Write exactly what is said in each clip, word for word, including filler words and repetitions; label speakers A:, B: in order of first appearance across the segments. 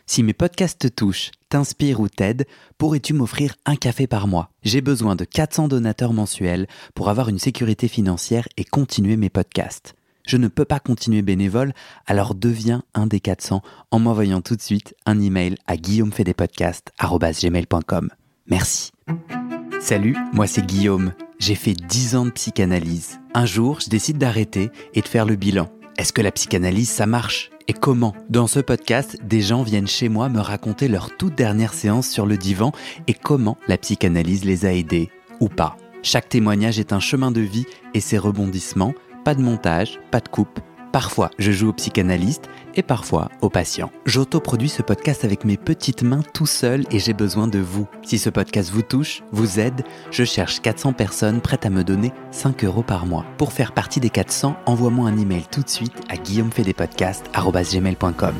A: Si mes podcasts te touchent, t'inspirent ou t'aident, pourrais-tu m'offrir un café par mois ? J'ai besoin de quatre cents donateurs mensuels pour avoir une sécurité financière et continuer mes podcasts. Je ne peux pas continuer bénévole, alors deviens un des quatre cents en m'envoyant tout de suite un email à guillaumefedepodcast arobase gmail point com. Merci. Salut, moi c'est Guillaume. J'ai fait dix ans de psychanalyse. Un jour, je décide d'arrêter et de faire le bilan. Est-ce que la psychanalyse, ça marche ? Et comment ? Dans ce podcast, des gens viennent chez moi me raconter leur toute dernière séance sur le divan et comment la psychanalyse les a aidés, ou pas. Chaque témoignage est un chemin de vie et ses rebondissements, pas de montage, pas de coupe. Parfois, je joue au psychanalyste et parfois au patient. J'autoproduis ce podcast avec mes petites mains tout seul et j'ai besoin de vous. Si ce podcast vous touche, vous aide, je cherche quatre cents personnes prêtes à me donner cinq euros par mois. Pour faire partie des quatre cents, envoie-moi un email tout de suite à guillaumefedepodcast arobase gmail point com.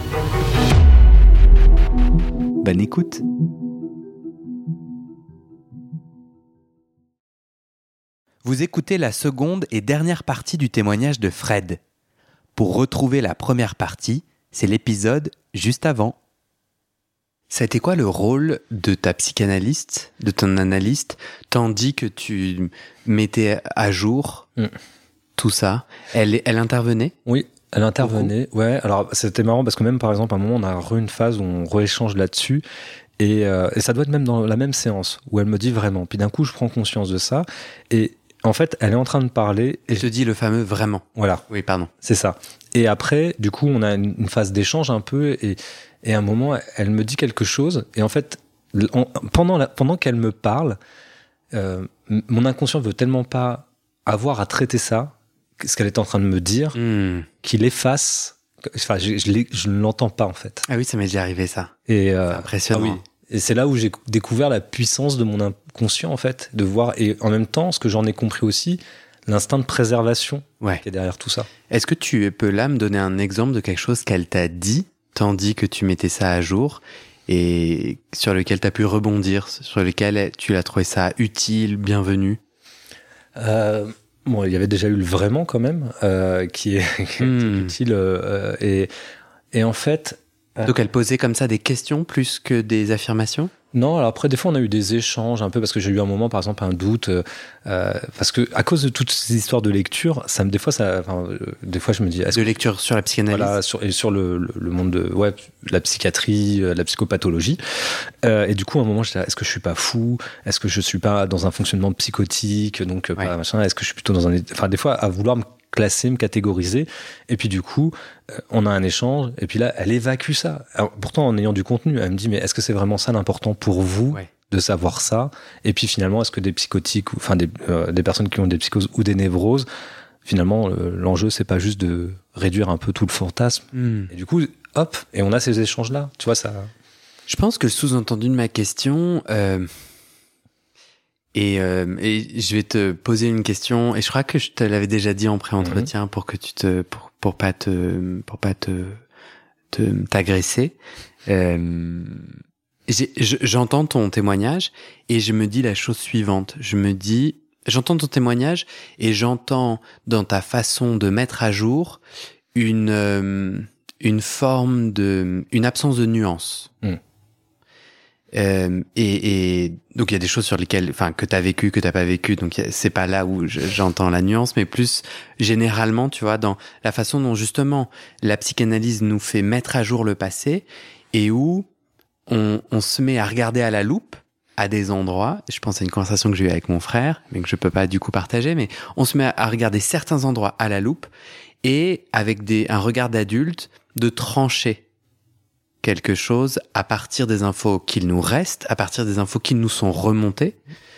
A: Bonne écoute. Vous écoutez la seconde et dernière partie du témoignage de Fred. Pour retrouver la première partie, c'est l'épisode juste avant. Ça a été quoi le rôle de ta psychanalyste, de ton analyste, tandis que tu mettais à jour mm. tout ça ? Elle, elle intervenait ?
B: Oui, elle intervenait. Beaucoup. Ouais. Alors c'était marrant parce que même par exemple à un moment on a re une phase où on rééchange là-dessus et, euh, et ça doit être même dans la même séance où elle me dit vraiment. Puis d'un coup je prends conscience de ça et en fait, elle est en train de parler.
A: Et je te dis le fameux vraiment.
B: Voilà.
A: Oui, pardon.
B: C'est ça. Et après, du coup, on a une phase d'échange un peu. Et, et à un moment, elle me dit quelque chose. Et en fait, en, pendant, la, pendant qu'elle me parle, euh, mon inconscient veut tellement pas avoir à traiter ça, ce qu'elle est en train de me dire, mmh. qu'il efface. Enfin, je, je, je ne l'entends pas, en fait.
A: Ah oui, ça m'est déjà arrivé, ça.
B: Et, euh,
A: c'est impressionnant.
B: Ah oui. Et c'est là où j'ai découvert la puissance de mon inconscient, en fait, de voir, et en même temps, ce que j'en ai compris aussi, l'instinct de préservation ouais. qui est derrière tout ça.
A: Est-ce que tu peux là me donner un exemple de quelque chose qu'elle t'a dit, tandis que tu mettais ça à jour, et sur lequel tu as pu rebondir, sur lequel tu as trouvé ça utile, bienvenu ?
B: euh, Bon, il y avait déjà eu le vraiment, quand même, euh, qui est, qui est mmh. utile, euh, et, et en fait...
A: Donc elle posait comme ça des questions plus que des affirmations ?
B: Non, alors après des fois on a eu des échanges un peu parce que j'ai eu un moment par exemple un doute euh, parce que à cause de toutes ces histoires de lecture, ça me des fois ça, enfin, euh, des fois je me dis est-ce
A: de
B: que,
A: lecture sur la psychanalyse,
B: voilà, sur et sur le, le, le monde de ouais la psychiatrie, la psychopathologie euh, et du coup à un moment j'étais là, est-ce que je suis pas fou, est-ce que je suis pas dans un fonctionnement psychotique donc ouais. pas, machin, est-ce que je suis plutôt dans un, enfin des fois à vouloir me classer, me catégoriser, et puis du coup, euh, on a un échange, et puis là, elle évacue ça. Alors, pourtant, en ayant du contenu, elle me dit, mais est-ce que c'est vraiment ça l'important pour vous ouais. de savoir ça ? Et puis finalement, est-ce que des psychotiques, ou, enfin des, euh, des personnes qui ont des psychoses ou des névroses, finalement, euh, l'enjeu, c'est pas juste de réduire un peu tout le fantasme. Mm. Et du coup, hop, et on a ces échanges-là, tu vois, ça...
A: Je pense que le sous-entendu de ma question... Euh... Et, euh, et je vais te poser une question, et je crois que je te l'avais déjà dit en pré-entretien mmh. pour que tu te, pour, pour pas te, pour pas te, te t'agresser. Euh, j'ai, je, j'entends ton témoignage et je me dis la chose suivante. Je me dis, j'entends ton témoignage et j'entends dans ta façon de mettre à jour une, euh, une forme de, une absence de nuance. Mmh. Euh, et, et donc il y a des choses sur lesquelles, enfin, que t'as vécu, que t'as pas vécu, donc c'est pas là où je, j'entends la nuance, mais plus généralement, tu vois, dans la façon dont justement la psychanalyse nous fait mettre à jour le passé et où on, on se met à regarder à la loupe à des endroits. Je pense à une conversation que j'ai eue avec mon frère, mais que je peux pas du coup partager, mais on se met à regarder certains endroits à la loupe et avec des, un regard d'adulte de trancher quelque chose à partir des infos qu'il nous reste, à partir des infos qui nous sont remontées,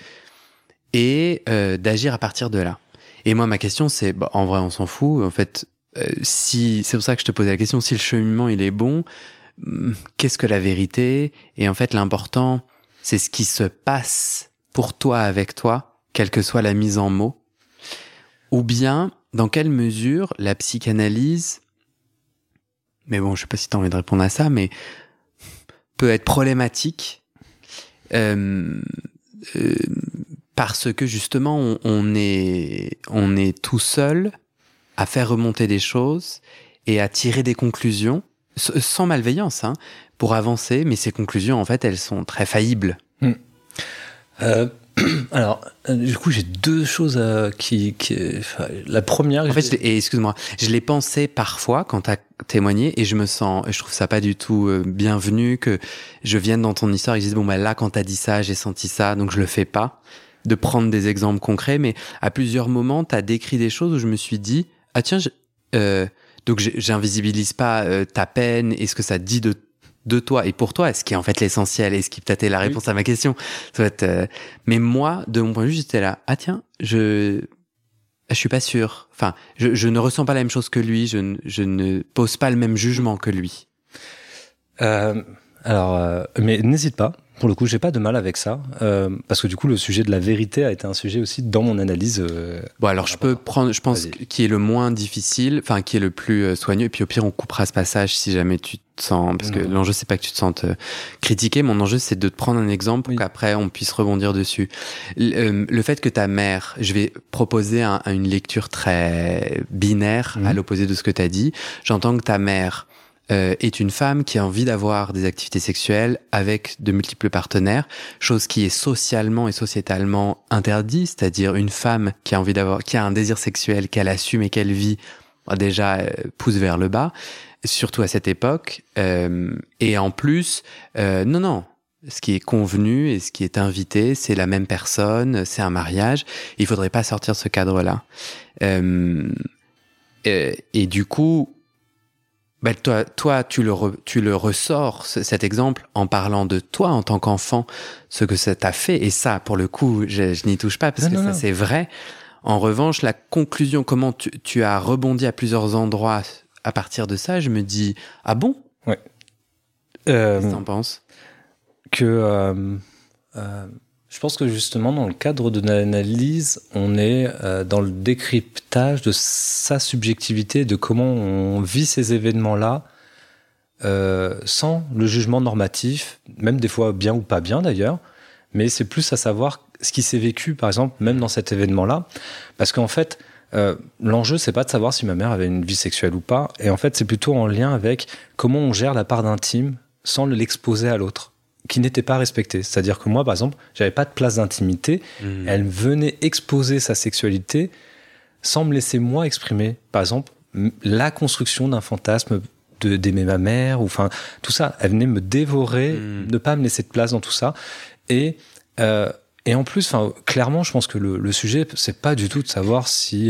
A: et euh, d'agir à partir de là. Et moi, ma question, c'est, bah, en vrai, on s'en fout. En fait, euh, si c'est pour ça que je te posais la question, si le cheminement, il est bon, qu'est-ce que la vérité ? Et en fait, l'important, c'est ce qui se passe pour toi, avec toi, quelle que soit la mise en mots. Ou bien, dans quelle mesure la psychanalyse... mais bon, je sais pas si tu as envie de répondre à ça, mais peut être problématique euh, euh, parce que justement, on, on est on est tout seul à faire remonter des choses et à tirer des conclusions sans malveillance, hein, pour avancer, mais ses conclusions, en fait, elles sont très faillibles.
B: Mmh. Euh, alors, du coup, j'ai deux choses euh, qui, qui... Enfin, la première...
A: En fait, et excuse-moi, je l'ai pensé parfois quand tu as témoigné, et je me sens, je trouve ça pas du tout euh, bienvenu que je vienne dans ton histoire et je dise, bon, bah là, quand t'as dit ça, j'ai senti ça, donc je le fais pas. De prendre des exemples concrets, mais à plusieurs moments, tu as décrit des choses où je me suis dit, ah tiens, je, euh, donc j'invisibilise pas euh, ta peine et ce que ça dit de, de toi et pour toi, ce qui est en fait l'essentiel et ce qui peut-être est la réponse oui. à ma question. Ça va être, euh, mais moi, de mon point de vue, j'étais là, ah tiens, je je suis pas sûr. Enfin, je, je ne ressens pas la même chose que lui, je, ne, je ne pose pas le même jugement que lui.
B: Euh, alors, euh, mais n'hésite pas. Pour le coup, j'ai pas de mal avec ça, euh, parce que du coup, le sujet de la vérité a été un sujet aussi dans mon analyse. Euh,
A: bon, alors je peux prendre, je pense, Vas-y. qui est le moins difficile, enfin qui est le plus euh, soigneux. Et puis au pire, on coupera ce passage si jamais tu te sens, parce que non. l'enjeu c'est pas que tu te sentes euh, critiqué. Mon enjeu c'est de te prendre un exemple pour oui. qu'après on puisse rebondir dessus. Le, euh, le fait que ta mère, je vais proposer un, une lecture très binaire mmh. à l'opposé de ce que tu as dit. J'entends que ta mère Euh, est une femme qui a envie d'avoir des activités sexuelles avec de multiples partenaires, chose qui est socialement et sociétalement interdite, c'est-à-dire une femme qui a envie d'avoir, qui a un désir sexuel qu'elle assume et qu'elle vit, déjà euh, pousse vers le bas, surtout à cette époque. Euh, et en plus, euh, non, non. Ce qui est convenu et ce qui est invité, c'est la même personne, c'est un mariage. Il faudrait pas sortir de ce cadre-là. Euh, et, et du coup. Ben toi, toi, tu le, re, tu le ressors, ce, cet exemple, en parlant de toi en tant qu'enfant, ce que ça t'a fait. Et ça, pour le coup, je, je n'y touche pas parce non, que non, ça, non. c'est vrai. En revanche, la conclusion, comment tu, tu as rebondi à plusieurs endroits à partir de ça, je me dis, ah bon?
B: Ouais.
A: Euh, Qu'est-ce que t'en penses?
B: Que, euh, euh, je pense que justement, dans le cadre de l'analyse, on est euh, dans le décryptage de sa subjectivité, de comment on vit ces événements-là, euh, sans le jugement normatif, même des fois bien ou pas bien d'ailleurs, mais c'est plus à savoir ce qui s'est vécu, par exemple, même dans cet événement-là, parce qu'en fait, euh, l'enjeu, c'est pas de savoir si ma mère avait une vie sexuelle ou pas, et en fait, c'est plutôt en lien avec comment on gère la part d'intime sans l'exposer à l'autre, qui n'était pas respectée. C'est-à-dire que moi, par exemple, j'avais pas de place d'intimité. Mmh. Elle venait exposer sa sexualité sans me laisser moi exprimer, par exemple, la construction d'un fantasme de, d'aimer ma mère, ou enfin, tout ça. Elle venait me dévorer, mmh. ne pas me laisser de place dans tout ça. Et, euh, et en plus, enfin, clairement, je pense que le, le sujet, c'est pas du tout de savoir si,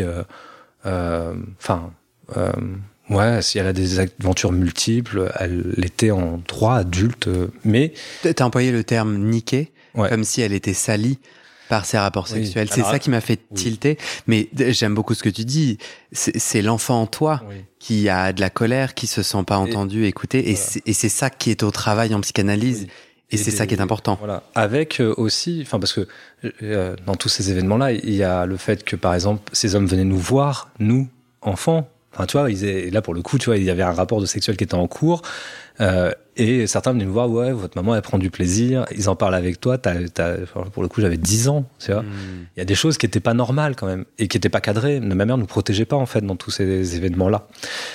B: enfin, euh, euh, ouais, si elle a des aventures multiples, elle était en droit adulte, mais...
A: T'as employé le terme « niquer ouais. », comme si elle était salie par ses rapports oui. sexuels. C'est Alors, ça qui m'a fait oui. tilter. Mais j'aime beaucoup ce que tu dis. C'est, c'est l'enfant en toi oui. qui a de la colère, qui se sent pas entendu, et, écouté. Et, voilà. c'est, et c'est ça qui est au travail en psychanalyse. Oui. Et, et c'est des, ça qui est important.
B: Voilà. Avec euh, aussi, enfin parce que euh, dans tous ces événements-là, il y a le fait que, par exemple, ces hommes venaient nous voir, nous, enfants. Enfin, tu vois, ils étaient, là, pour le coup, tu vois, il y avait un rapport de sexuel qui était en cours. Euh, et certains venaient me voir, ouais, votre maman, elle prend du plaisir. Ils en parlent avec toi. T'as, t'as, pour le coup, j'avais dix ans, tu vois. Mmh. Il y a des choses qui étaient pas normales, quand même. Et qui étaient pas cadrées. Ma mère nous protégeait pas, en fait, dans tous ces événements-là.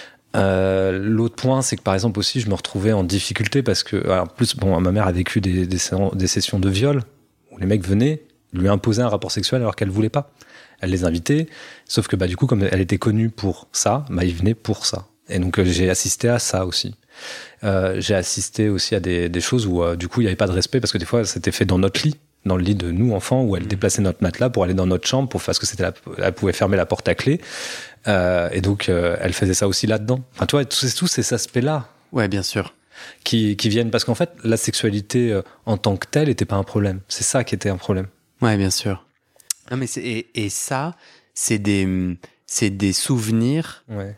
B: Euh, l'autre point, c'est que, par exemple, aussi, je me retrouvais en difficulté parce que, alors, plus, bon, ma mère a vécu des, des, des sessions de viol où les mecs venaient lui imposer un rapport sexuel alors qu'elle voulait pas. Elle les invitait, sauf que bah du coup comme elle était connue pour ça, bah ils venaient pour ça. Et donc euh, j'ai assisté à ça aussi. Euh, j'ai assisté aussi à des, des choses où euh, du coup il y avait pas de respect parce que des fois c'était fait dans notre lit, dans le lit de nous enfants, où elle mmh. déplaçait notre matelas pour aller dans notre chambre pour parce que c'était la, elle pouvait fermer la porte à clé. Euh, et donc euh, elle faisait ça aussi là-dedans. Enfin tu vois tous, tous ces aspects-là.
A: Ouais bien sûr.
B: Qui, qui viennent parce qu'en fait la sexualité euh, en tant que telle était pas un problème. C'est ça qui était un problème.
A: Ouais bien sûr. Non mais c'est, et, et ça, c'est des, c'est des souvenirs
B: ouais.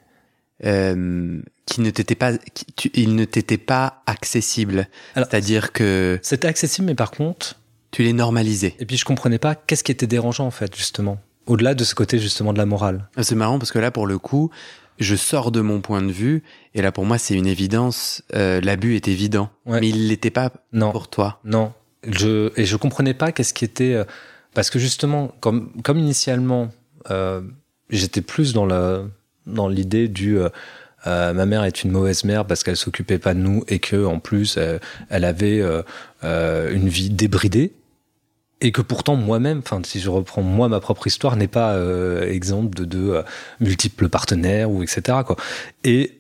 A: euh, qui ne t'étaient pas, qui, tu, ils ne t'étaient pas accessibles. Alors, c'est-à-dire que
B: c'était accessible, mais par contre,
A: tu les normalisais.
B: Et puis je comprenais pas qu'est-ce qui était dérangeant en fait, justement, au-delà de ce côté justement de la morale.
A: C'est marrant parce que là, pour le coup, je sors de mon point de vue et là pour moi c'est une évidence. Euh, l'abus est évident, ouais. mais il l'était pas
B: non.
A: pour toi.
B: Non, je et je comprenais pas qu'est-ce qui était. Euh, Parce que justement, comme, comme initialement, euh, j'étais plus dans, la, dans l'idée du... Euh, euh, ma mère est une mauvaise mère parce qu'elle s'occupait pas de nous et que en plus euh, elle avait euh, euh, une vie débridée. Et que pourtant moi-même, enfin si je reprends moi ma propre histoire, n'est pas euh, exemple de, de euh, multiples partenaires ou et cetera quoi. Et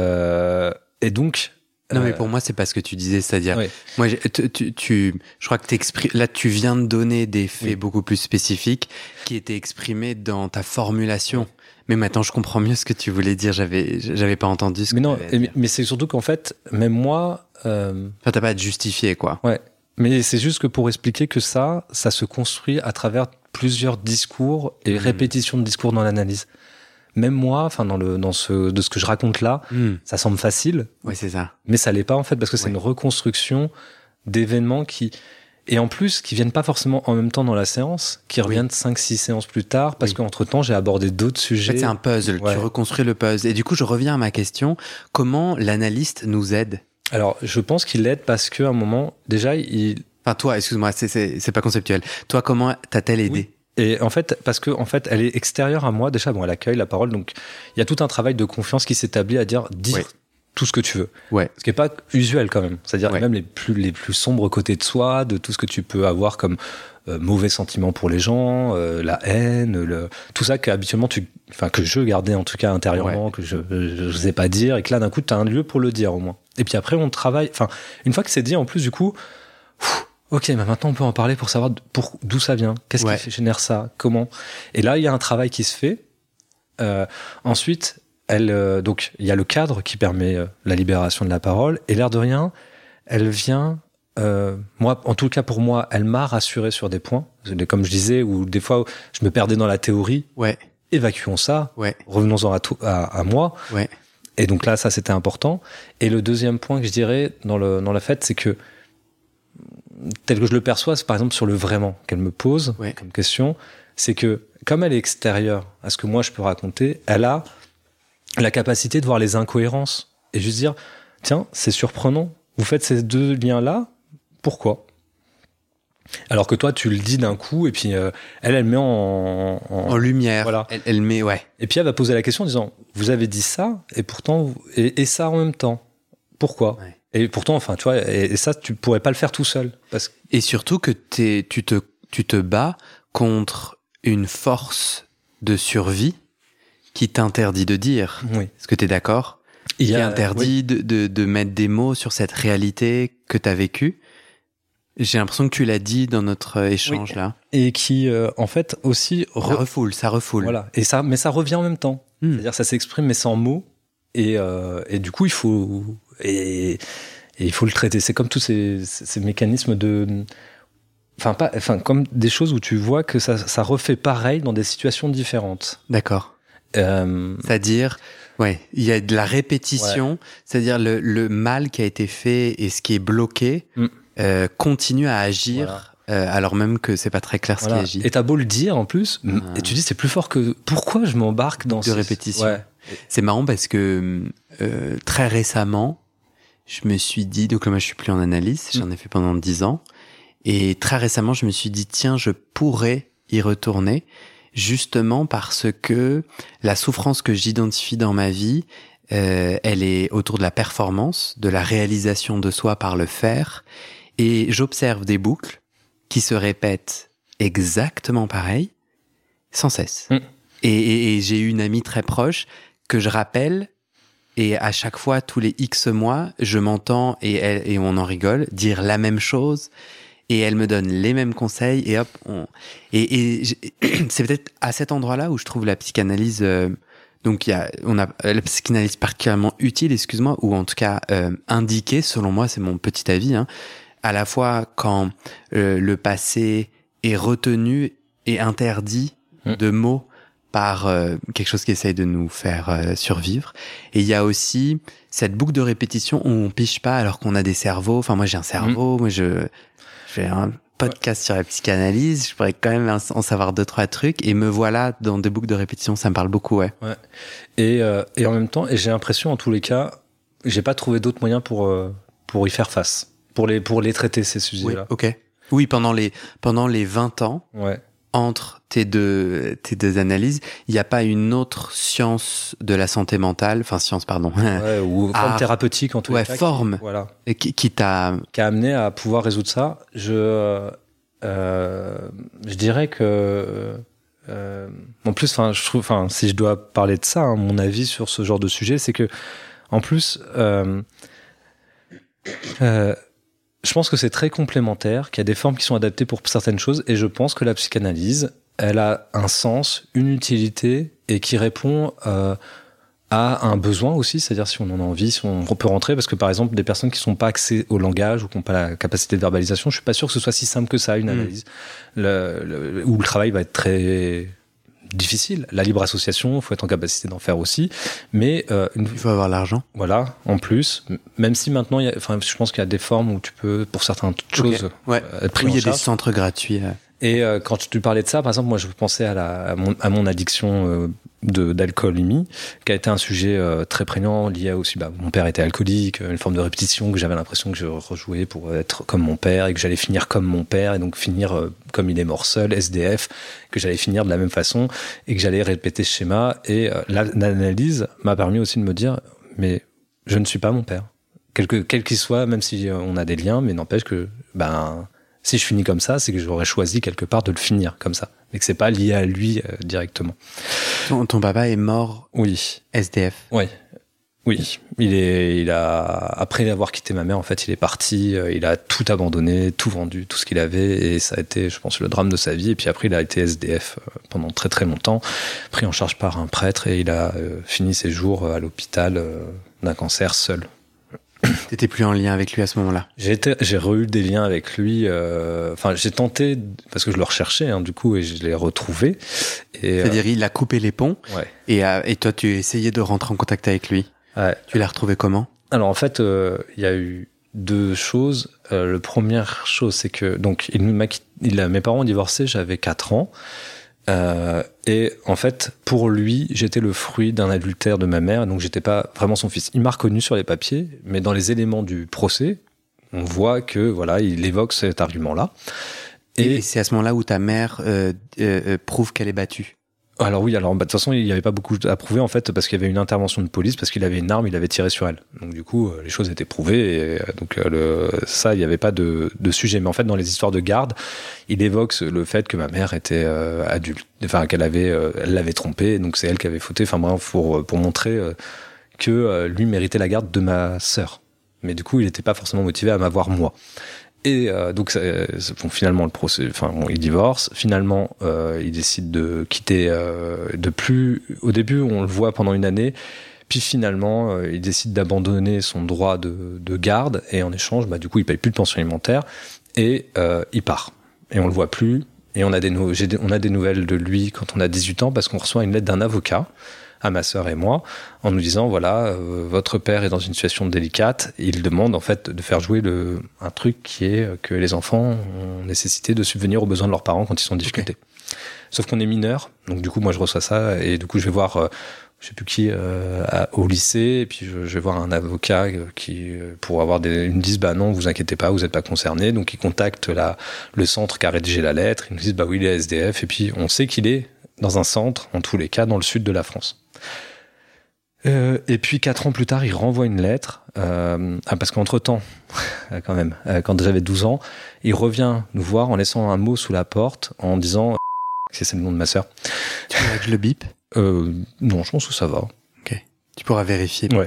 B: euh, et donc.
A: Non
B: euh,
A: mais pour moi c'est pas ce que tu disais, c'est-à-dire
B: ouais.
A: moi tu, tu, tu je crois que t'exprimes là tu viens de donner des faits oui. beaucoup plus spécifiques qui étaient exprimés dans ta formulation. Oui. Mais maintenant je comprends mieux ce que tu voulais dire. J'avais j'avais pas entendu ce
B: mais
A: que
B: non.
A: Mais,
B: mais c'est surtout qu'en fait même moi. Euh...
A: Enfin t'as pas à te justifier quoi.
B: Ouais. Mais c'est juste que pour expliquer que ça, ça se construit à travers plusieurs discours et mmh. répétitions de discours dans l'analyse. Même moi, enfin dans le dans ce de ce que je raconte là, mmh. ça semble facile.
A: Ouais, c'est ça.
B: Mais ça l'est pas en fait parce que c'est ouais. une reconstruction d'événements qui et en plus qui viennent pas forcément en même temps dans la séance, qui reviennent oui. cinq six séances plus tard parce oui. qu'entre temps j'ai abordé d'autres sujets.
A: En fait, c'est un puzzle. Ouais. Tu reconstruis le puzzle. Et du coup, je reviens à ma question. Comment l'analyste nous aide?
B: Alors, je pense qu'il l'aide parce qu'à un moment, déjà, il...
A: Enfin, toi, excuse-moi, c'est, c'est, c'est pas conceptuel. Toi, comment t'a-t-elle aidé?
B: Oui. Et en fait, parce que en fait, elle est extérieure à moi. Déjà, bon, elle accueille la parole. Donc, il y a tout un travail de confiance qui s'établit à dire, dire ouais. tout ce que tu veux.
A: Ouais.
B: Ce qui est pas usuel quand même. C'est-à-dire
A: ouais.
B: même les plus, les plus sombres côtés de soi, de tout ce que tu peux avoir comme euh, mauvais sentiments pour les gens, euh, la haine, le... tout ça qu'habituellement tu, enfin, que je gardais en tout cas intérieurement, ouais. que je, je, je sais pas dire, et que là, d'un coup, t'as un lieu pour le dire au moins. Et puis après, on travaille. Enfin, une fois que c'est dit, en plus, du coup, pff, ok, mais maintenant on peut en parler pour savoir pour, d'où ça vient, qu'est-ce ouais. qui génère ça, comment. Et là, il y a un travail qui se fait. Euh, ensuite, elle, euh, donc, il y a le cadre qui permet euh, la libération de la parole. Et l'air de rien, elle vient. Euh, moi, en tout cas pour moi, elle m'a rassuré sur des points, comme je disais, où des fois je me perdais dans la théorie.
A: Ouais.
B: Évacuons ça.
A: Ouais.
B: Revenons-en à, tout, à, à moi.
A: Ouais.
B: Et donc là, ça, c'était important. Et le deuxième point que je dirais dans, le, dans la fête, c'est que, tel que je le perçois, c'est par exemple sur le vraiment qu'elle me pose ouais. comme question, c'est que, comme elle est extérieure à ce que moi je peux raconter, elle a la capacité de voir les incohérences et juste dire, tiens, c'est surprenant, vous faites ces deux liens-là, pourquoi ? Alors que toi, tu le dis d'un coup, et puis euh, elle, elle met en, en,
A: en lumière.
B: Voilà.
A: Elle, elle met, ouais.
B: Et puis elle va poser la question en disant, vous avez dit ça, et pourtant, et, et ça en même temps. Pourquoi ? Ouais. Et pourtant, enfin, tu vois, et, et ça, tu pourrais pas le faire tout seul. Parce que...
A: Et surtout que t'es, tu te, tu te bats contre une force de survie qui t'interdit de dire.
B: Oui.
A: Est-ce que t'es d'accord ?
B: Il y a,
A: qui interdit
B: oui.
A: de, de, de mettre des mots sur cette réalité que t'as vécue. J'ai l'impression que tu l'as dit dans notre échange oui. là.
B: Et qui, euh, en fait, aussi...
A: Re... Ça refoule, ça refoule.
B: Voilà. Et ça, mais ça revient en même temps. Mm. C'est-à-dire ça s'exprime mais sans mots. Et, euh, et du coup, il faut... Et, et il faut le traiter. C'est comme tous ces, ces mécanismes de... Enfin, pas, enfin, comme des choses où tu vois que ça, ça refait pareil dans des situations différentes.
A: D'accord.
B: Euh...
A: C'est-à-dire... Ouais, il y a de la répétition. Ouais. C'est-à-dire le, le mal qui a été fait et ce qui est bloqué... Mm. Euh, continue à agir voilà. euh, alors même que c'est pas très clair ce
B: voilà.
A: qui agit.
B: Et t'as beau le dire en plus, ah. et tu dis c'est plus fort que pourquoi je m'embarque dans
A: de
B: ce...
A: répétition.
B: Ouais.
A: C'est marrant parce que euh, très récemment, je me suis dit, donc là moi je suis plus en analyse, j'en ai fait pendant dix ans, et très récemment je me suis dit tiens je pourrais y retourner justement parce que la souffrance que j'identifie dans ma vie, euh, elle est autour de la performance, de la réalisation de soi par le faire. Et j'observe des boucles qui se répètent exactement pareil, sans cesse. Mm. Et, et, et j'ai eu une amie très proche que je rappelle, et à chaque fois, tous les X mois, je m'entends, et, elle, et on en rigole, dire la même chose, et elle me donne les mêmes conseils, et hop, on... Et, et c'est peut-être à cet endroit-là où je trouve la psychanalyse... Euh, donc il y a, on a la psychanalyse particulièrement utile, excuse-moi, ou en tout cas euh, indiquée, selon moi, c'est mon petit avis, hein, à la fois quand euh, le passé est retenu et interdit mmh. de mots par euh, quelque chose qui essaye de nous faire euh, survivre. Et il y a aussi cette boucle de répétition où on piche pas alors qu'on a des cerveaux. Enfin, moi j'ai un cerveau, mmh. moi je, je fais un podcast ouais. sur la psychanalyse, je pourrais quand même en savoir deux, trois trucs, et me voilà dans des boucles de répétition, ça me parle beaucoup, ouais.
B: ouais. Et, euh, et en même temps, et j'ai l'impression, en tous les cas, j'ai pas trouvé d'autres moyens pour, euh, pour y faire face. Pour les, pour les traiter, ces sujets-là.
A: Oui, ok. Oui, pendant les, pendant les vingt ans.
B: Ouais.
A: entre tes deux, tes deux analyses, il n'y a pas une autre science de la santé mentale, enfin science, pardon.
B: Ouais, ou forme
A: Art,
B: thérapeutique en tout
A: ouais,
B: cas.
A: forme.
B: Qui, voilà.
A: Qui, qui t'a...
B: Qui a amené à pouvoir résoudre ça. Je, euh, je dirais que, euh, en plus, enfin, je trouve, enfin, si je dois parler de ça, hein, mon avis sur ce genre de sujet, c'est que, en plus, euh, euh, je pense que c'est très complémentaire, qu'il y a des formes qui sont adaptées pour certaines choses, et je pense que la psychanalyse, elle a un sens, une utilité, et qui répond euh, à un besoin aussi, c'est-à-dire si on en a envie, si on peut rentrer, parce que par exemple, des personnes qui ne sont pas accès au langage ou qui n'ont pas la capacité de verbalisation, je ne suis pas sûr que ce soit si simple que ça, une analyse, mmh. le, le, où le travail va être très... difficile. La libre association, il faut être en capacité d'en faire aussi, mais euh, une...
A: il faut avoir l'argent.
B: Voilà, en plus, même si maintenant, il y a, enfin, je pense qu'il y a des formes où tu peux, pour certaines choses,
A: okay. ouais.
B: euh, être pris
A: oui,
B: en
A: il y a
B: charge.
A: des centres gratuits. Là.
B: Et euh, quand tu parlais de ça, par exemple, moi, je pensais à, la, à, mon, à mon addiction euh, de, d'alcoolémie, qui a été un sujet euh, très prégnant, lié aussi, bah, mon père était alcoolique, une forme de répétition, que j'avais l'impression que je rejouais pour être comme mon père, et que j'allais finir comme mon père, et donc finir euh, comme il est mort seul, S D F, que j'allais finir de la même façon, et que j'allais répéter ce schéma. Et euh, l'analyse m'a permis aussi de me dire, mais je ne suis pas mon père. Quel que, quel qu'il soit, même si on a des liens, mais n'empêche que, ben... si je finis comme ça, c'est que j'aurais choisi quelque part de le finir comme ça, mais que c'est pas lié à lui euh, directement.
A: Ton, ton papa est mort.
B: Oui.
A: S D F.
B: Oui. Oui. Il est, il a, après avoir quitté ma mère, en fait, il est parti, euh, il a tout abandonné, tout vendu, tout ce qu'il avait, et ça a été, je pense, le drame de sa vie. Et puis après, il a été S D F euh, pendant très très longtemps, pris en charge par un prêtre, et il a euh, fini ses jours à l'hôpital euh, d'un cancer seul.
A: T'étais plus en lien avec lui à ce moment-là?
B: J'ai été, j'ai re-eu des liens avec lui. Enfin, euh, j'ai tenté parce que je le recherchais, hein, du coup, et je l'ai retrouvé. Et,
A: c'est-à-dire, euh, il a coupé les ponts.
B: Ouais.
A: Et, euh, et toi, tu essayais de rentrer en contact avec lui.
B: Ouais.
A: Tu l'as retrouvé comment?
B: Alors, en fait, il euh, y a eu deux choses. Euh, la première chose, c'est que donc, il m'a, il a, mes parents ont divorcé. J'avais quatre ans. Euh, et en fait, pour lui, j'étais le fruit d'un adultère de ma mère, donc j'étais pas vraiment son fils. Il m'a reconnu sur les papiers, mais dans les éléments du procès, on voit que voilà, il évoque cet argument-là.
A: Et, et c'est à ce moment-là où ta mère euh, euh, prouve qu'elle est battue.
B: Alors oui, alors bah, de toute façon, il n'y avait pas beaucoup à prouver en fait, parce qu'il y avait une intervention de police, parce qu'il avait une arme, il avait tiré sur elle. Donc du coup, les choses étaient prouvées, et donc le, ça, il n'y avait pas de, de sujet. Mais en fait, dans les histoires de garde, il évoque le fait que ma mère était euh, adulte, enfin qu'elle avait, euh, elle l'avait trompé, donc c'est elle qui avait fauté. Enfin bref, pour pour montrer euh, que euh, lui méritait la garde de ma sœur. Mais du coup, il n'était pas forcément motivé à m'avoir moi. Et euh, donc ça, bon, finalement le procès, enfin bon, il divorce. Finalement, euh, il décide de quitter, euh, de plus. Au début, on le voit pendant une année, puis finalement, euh, il décide d'abandonner son droit de, de garde, et en échange, bah du coup, il paye plus de pension alimentaire, et euh, il part. Et on le voit plus. Et on a des, no- j'ai des, on a des nouvelles de lui quand on a dix-huit ans, parce qu'on reçoit une lettre d'un avocat à ma sœur et moi, en nous disant, voilà, euh, votre père est dans une situation délicate, et il demande en fait de faire jouer le, un truc qui est que les enfants ont nécessité de subvenir aux besoins de leurs parents quand ils sont en difficulté. Okay. Sauf qu'on est mineur, donc du coup moi je reçois ça, et du coup je vais voir, euh, je sais plus qui, euh, à, au lycée, et puis je, je vais voir un avocat qui, pour avoir des, ils me disent, bah non, vous inquiétez pas, vous n'êtes pas concerné, donc ils contactent la, le centre qui a rédigé la lettre, ils nous disent, bah oui, il est S D F, et puis on sait qu'il est dans un centre, en tous les cas, dans le sud de la France. Euh, et puis quatre ans plus tard, il renvoie une lettre, euh, ah, parce qu'entre-temps, quand même, euh, quand j'avais douze ans, il revient nous voir en laissant un mot sous la porte, en disant, c'est, c'est le nom de ma sœur.
A: Tu veux que je le bip?
B: euh, Non, je pense que ça va.
A: Ok. Tu pourras vérifier.
B: Ouais.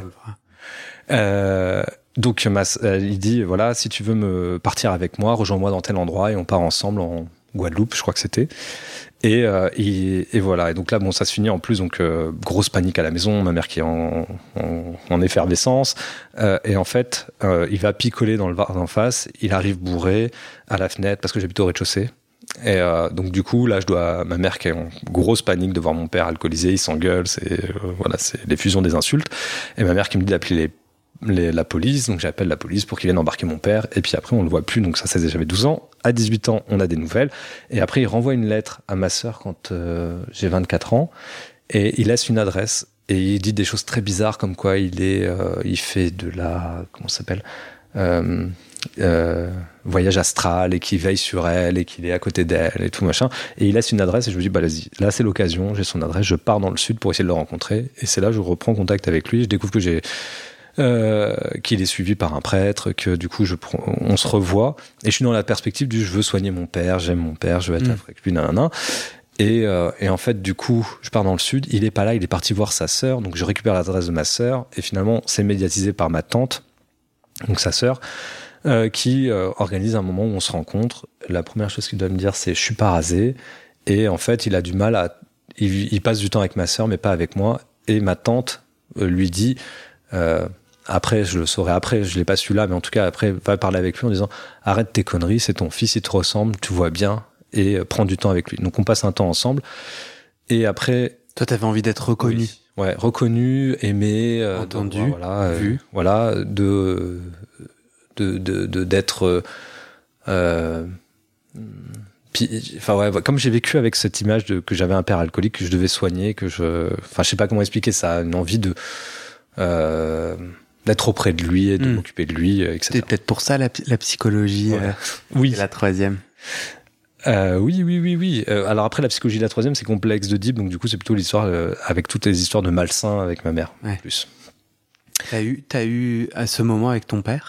B: Euh, donc ma, euh, il dit, voilà, si tu veux me partir avec moi, rejoins-moi dans tel endroit, et on part ensemble en Guadeloupe, je crois que c'était. Et, euh, et, et voilà. Et donc là, bon, ça se finit en plus, donc euh, grosse panique à la maison, ma mère qui est en, en, en effervescence. Euh, et en fait, euh, il va picoler dans le bar d'en face. Il arrive bourré à la fenêtre parce que j'habite au rez-de-chaussée. Et euh, donc du coup, là, je dois, ma mère qui est en grosse panique de voir mon père alcoolisé, il s'engueule, c'est euh, voilà, c'est l'effusion des insultes. Et ma mère qui me dit d'appeler les Les, la police, donc j'appelle la police pour qu'ils viennent embarquer mon père, et puis après on le voit plus, donc ça, ça j'avais douze ans. À dix-huit ans, on a des nouvelles, et après il renvoie une lettre à ma sœur quand euh, j'ai vingt-quatre ans, et il laisse une adresse, et il dit des choses très bizarres, comme quoi il est, euh, il fait de la, comment ça s'appelle, euh, euh, voyage astral et qu'il veille sur elle et qu'il est à côté d'elle et tout machin. Et il laisse une adresse et je me dis, bah vas-y, là c'est l'occasion, j'ai son adresse, je pars dans le sud pour essayer de le rencontrer. Et c'est là que je reprends contact avec lui. Je découvre que j'ai euh, qu'il est suivi par un prêtre, que du coup je prends, on se revoit. Et je suis dans la perspective du je veux soigner mon père, j'aime mon père, je veux être mmh. avec lui, nanana. Et, euh, et en fait, du coup, je pars dans le sud. Il est pas là, il est parti voir sa sœur. Donc je récupère l'adresse de ma sœur. Et finalement, c'est médiatisé par ma tante, donc sa sœur. Euh, qui euh, organise un moment où on se rencontre. La première chose qu'il doit me dire, c'est « je suis pas rasé ». Et en fait, il a du mal à... Il, il passe du temps avec ma sœur, mais pas avec moi. Et ma tante euh, lui dit... Euh, après, je le saurai après, je l'ai pas su là, mais en tout cas, après, va parler avec lui en disant « arrête tes conneries, c'est ton fils, il te ressemble, tu vois bien, et euh, prends du temps avec lui ». Donc, on passe un temps ensemble. Et après...
A: Toi, t'avais envie d'être reconnu.
B: Oui. Ouais, reconnu, aimé... Euh,
A: entendu,
B: de, voilà,
A: vu.
B: Euh, voilà, de... De, de, de, d'être euh, puis, enfin ouais, comme j'ai vécu avec cette image de que j'avais un père alcoolique que je devais soigner, que je, enfin je sais pas comment expliquer ça, une envie de euh, d'être auprès de lui et de mmh. m'occuper de lui, et cetera.
A: C'était peut-être pour ça la, la psychologie, ouais. euh,
B: oui,
A: la troisième.
B: Euh, oui, oui, oui, oui. Euh, alors après, la psychologie de la troisième, c'est complexe de deep, donc du coup, c'est plutôt l'histoire euh, avec toutes les histoires de malsains avec ma mère,
A: ouais.
B: en plus.
A: T'as eu, t'as eu à ce moment avec ton père?